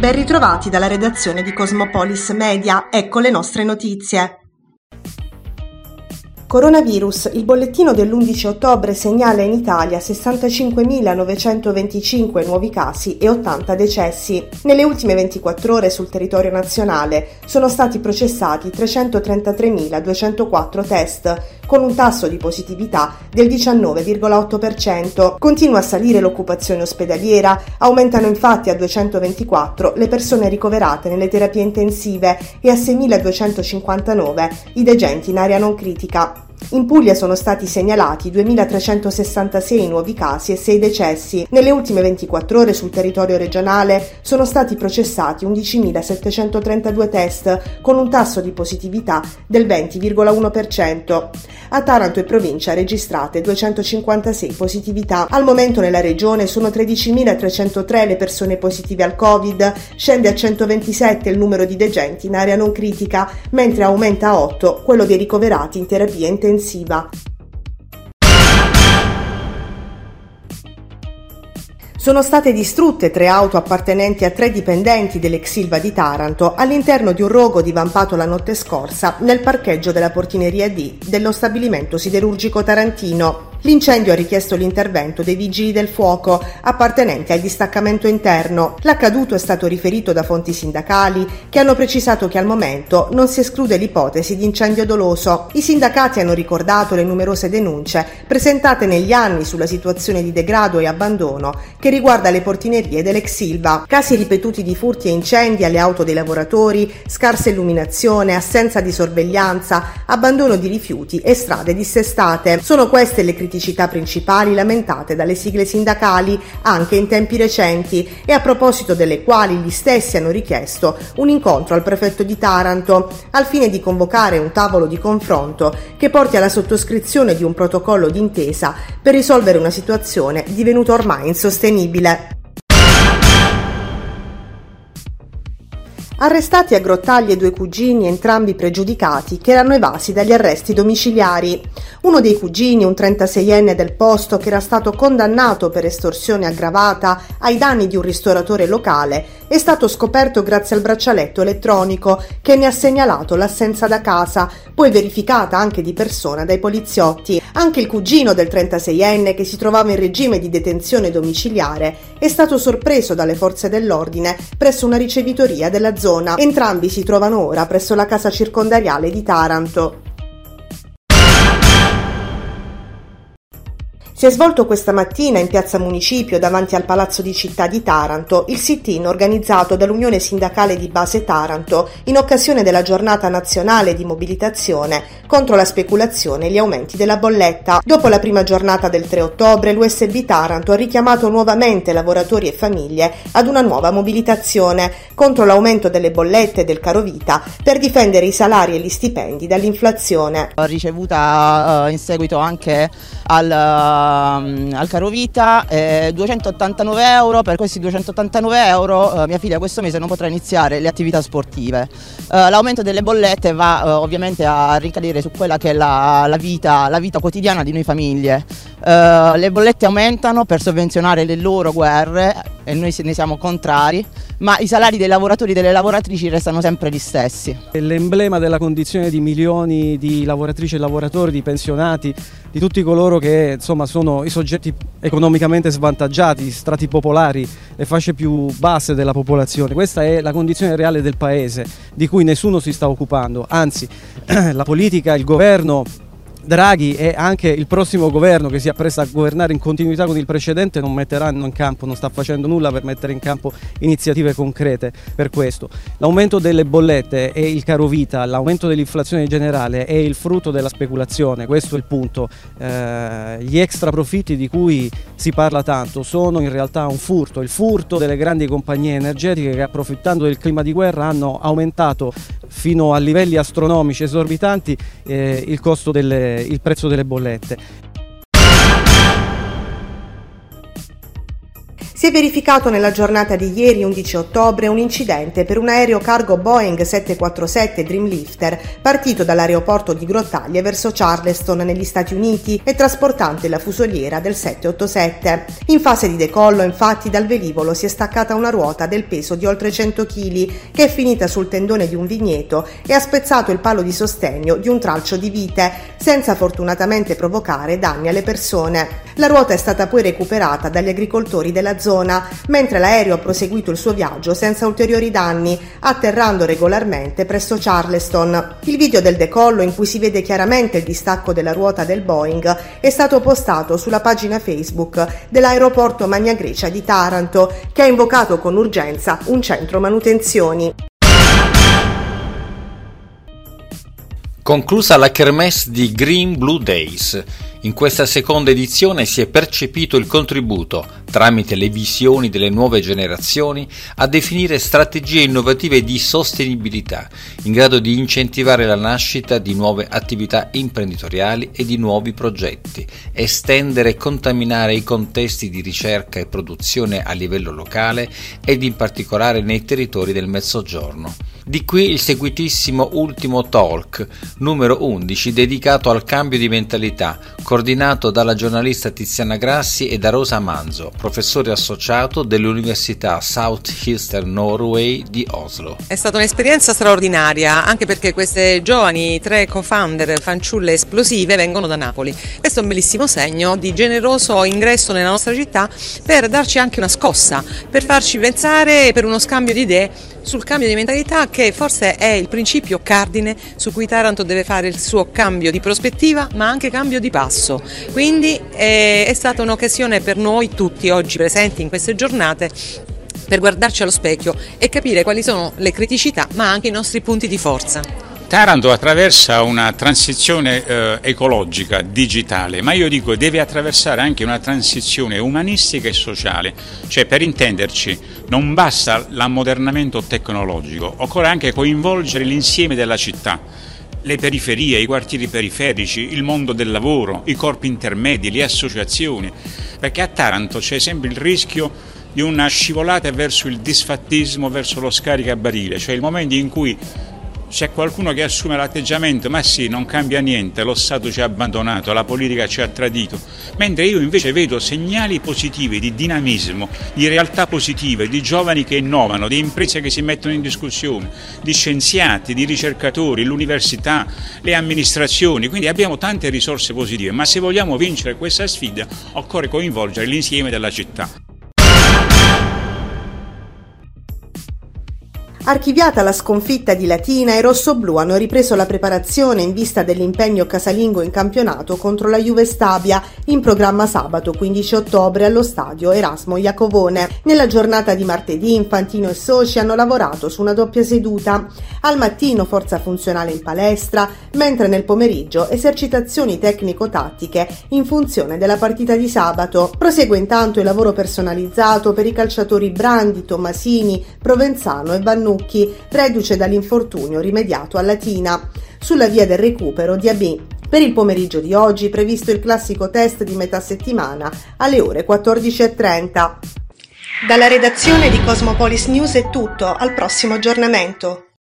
Ben ritrovati dalla redazione di Cosmopolis Media, ecco le nostre notizie. Coronavirus, il bollettino dell'11 ottobre segnala in Italia 65.925 nuovi casi e 80 decessi. Nelle ultime 24 ore sul territorio nazionale sono stati processati 333.204 test, con un tasso di positività del 19,8%. Continua a salire l'occupazione ospedaliera, aumentano infatti a 224 le persone ricoverate nelle terapie intensive e a 6.259 i degenti in area non critica. In Puglia sono stati segnalati 2.366 nuovi casi e 6 decessi. Nelle ultime 24 ore sul territorio regionale sono stati processati 11.732 test con un tasso di positività del 20,1%. A Taranto e provincia registrate 256 positività. Al momento nella regione sono 13.303 le persone positive al Covid, scende a 127 il numero di degenti in area non critica, mentre aumenta a 8 quello dei ricoverati in terapia intensiva. Sono state distrutte 3 auto appartenenti a 3 dipendenti dell'ex Ilva di Taranto all'interno di un rogo divampato la notte scorsa nel parcheggio della Portineria D dello stabilimento siderurgico tarantino. L'incendio ha richiesto l'intervento dei vigili del fuoco appartenenti al distaccamento interno. L'accaduto è stato riferito da fonti sindacali che hanno precisato che al momento non si esclude l'ipotesi di incendio doloso. I sindacati hanno ricordato le numerose denunce presentate negli anni sulla situazione di degrado e abbandono che riguarda le portinerie dell'ex Ilva. Casi ripetuti di furti e incendi alle auto dei lavoratori, scarsa illuminazione, assenza di sorveglianza, abbandono di rifiuti e strade dissestate. Sono queste le criticità principali lamentate dalle sigle sindacali anche in tempi recenti e a proposito delle quali gli stessi hanno richiesto un incontro al prefetto di Taranto al fine di convocare un tavolo di confronto che porti alla sottoscrizione di un protocollo d'intesa per risolvere una situazione divenuta ormai insostenibile. Arrestati a Grottaglie 2 cugini, entrambi pregiudicati, che erano evasi dagli arresti domiciliari. Uno dei cugini, un 36enne del posto che era stato condannato per estorsione aggravata ai danni di un ristoratore locale, è stato scoperto grazie al braccialetto elettronico che ne ha segnalato l'assenza da casa, poi verificata anche di persona dai poliziotti. Anche il cugino del 36enne, che si trovava in regime di detenzione domiciliare, è stato sorpreso dalle forze dell'ordine presso una ricevitoria della zona. Entrambi si trovano ora presso la casa circondariale di Taranto. Si è svolto questa mattina in piazza Municipio davanti al Palazzo di Città di Taranto il sit-in organizzato dall'Unione Sindacale di Base Taranto in occasione della giornata nazionale di mobilitazione contro la speculazione e gli aumenti della bolletta. Dopo la prima giornata del 3 ottobre l'USB Taranto ha richiamato nuovamente lavoratori e famiglie ad una nuova mobilitazione contro l'aumento delle bollette e del carovita per difendere i salari e gli stipendi dall'inflazione. Ho ricevuta in seguito anche al carovita 289 euro. Per questi 289 euro mia figlia questo mese non potrà iniziare le attività sportive. L'aumento delle bollette va ovviamente a ricadere su quella che è la vita quotidiana di noi famiglie. Le bollette aumentano per sovvenzionare le loro guerre e noi ne siamo contrari, ma i salari dei lavoratori e delle lavoratrici restano sempre gli stessi. È l'emblema della condizione di milioni di lavoratrici e lavoratori, di pensionati, di tutti coloro che insomma sono i soggetti economicamente svantaggiati, strati popolari, le fasce più basse della popolazione. Questa è la condizione reale del paese, di cui nessuno si sta occupando, anzi la politica, il governo Draghi e anche il prossimo governo che si appresta a governare in continuità con il precedente non metteranno in campo, non sta facendo nulla per mettere in campo iniziative concrete per questo. L'aumento delle bollette e il carovita, l'aumento dell'inflazione generale è il frutto della speculazione, questo è il punto. Gli extra profitti di cui si parla tanto sono in realtà un furto, il furto delle grandi compagnie energetiche che, approfittando del clima di guerra, hanno aumentato fino a livelli astronomici esorbitanti il prezzo delle bollette. Si è verificato nella giornata di ieri 11 ottobre un incidente per un aereo cargo Boeing 747 Dreamlifter partito dall'aeroporto di Grottaglie verso Charleston negli Stati Uniti e trasportante la fusoliera del 787. In fase di decollo, infatti, dal velivolo si è staccata una ruota del peso di oltre 100 kg che è finita sul tendone di un vigneto e ha spezzato il palo di sostegno di un tralcio di vite, senza fortunatamente provocare danni alle persone. La ruota è stata poi recuperata dagli agricoltori della zona, mentre l'aereo ha proseguito il suo viaggio senza ulteriori danni, atterrando regolarmente presso Charleston. Il video del decollo, in cui si vede chiaramente il distacco della ruota del Boeing, è stato postato sulla pagina Facebook dell'aeroporto Magna Grecia di Taranto, che ha invocato con urgenza un centro manutenzioni. Conclusa la kermesse di Green Blue Days. In questa seconda edizione si è percepito il contributo, tramite le visioni delle nuove generazioni, a definire strategie innovative di sostenibilità, in grado di incentivare la nascita di nuove attività imprenditoriali e di nuovi progetti, estendere e contaminare i contesti di ricerca e produzione a livello locale ed in particolare nei territori del Mezzogiorno. Di qui il seguitissimo ultimo talk, numero 11, dedicato al cambio di mentalità, coordinato dalla giornalista Tiziana Grassi e da Rosa Manzo, professore associato dell'Università Southeastern Norway di Oslo. È stata un'esperienza straordinaria, anche perché queste giovani 3 co-founder fanciulle esplosive vengono da Napoli. Questo è un bellissimo segno di generoso ingresso nella nostra città per darci anche una scossa, per farci pensare per uno scambio di idee sul cambio di mentalità, che forse è il principio cardine su cui Taranto deve fare il suo cambio di prospettiva, ma anche cambio di passo. Quindi è stata un'occasione per noi tutti oggi presenti in queste giornate per guardarci allo specchio e capire quali sono le criticità, ma anche i nostri punti di forza. Taranto attraversa una transizione ecologica, digitale, ma io dico deve attraversare anche una transizione umanistica e sociale, cioè per intenderci non basta l'ammodernamento tecnologico, occorre anche coinvolgere l'insieme della città, le periferie, i quartieri periferici, il mondo del lavoro, i corpi intermedi, le associazioni, perché a Taranto c'è sempre il rischio di una scivolata verso il disfattismo, verso lo scaricabarile, cioè il momento in cui c'è qualcuno che assume l'atteggiamento ma sì, non cambia niente, lo Stato ci ha abbandonato, la politica ci ha tradito, mentre io invece vedo segnali positivi di dinamismo, di realtà positive, di giovani che innovano, di imprese che si mettono in discussione, di scienziati, di ricercatori, l'università, le amministrazioni, quindi abbiamo tante risorse positive, ma se vogliamo vincere questa sfida occorre coinvolgere l'insieme della città. Archiviata la sconfitta di Latina, i rossoblù hanno ripreso la preparazione in vista dell'impegno casalingo in campionato contro la Juve Stabia, in programma sabato 15 ottobre allo stadio Erasmo Iacovone. Nella giornata di martedì Infantino e soci hanno lavorato su una doppia seduta. Al mattino forza funzionale in palestra, mentre nel pomeriggio esercitazioni tecnico-tattiche in funzione della partita di sabato. Prosegue intanto il lavoro personalizzato per i calciatori Brandi, Tommasini, Provenzano e Vannucchi, reduce dall'infortunio rimediato a Latina. Sulla via del recupero Diabì. Per il pomeriggio di oggi previsto il classico test di metà settimana alle ore 14:30. Dalla redazione di Cosmopolis News è tutto, al prossimo aggiornamento.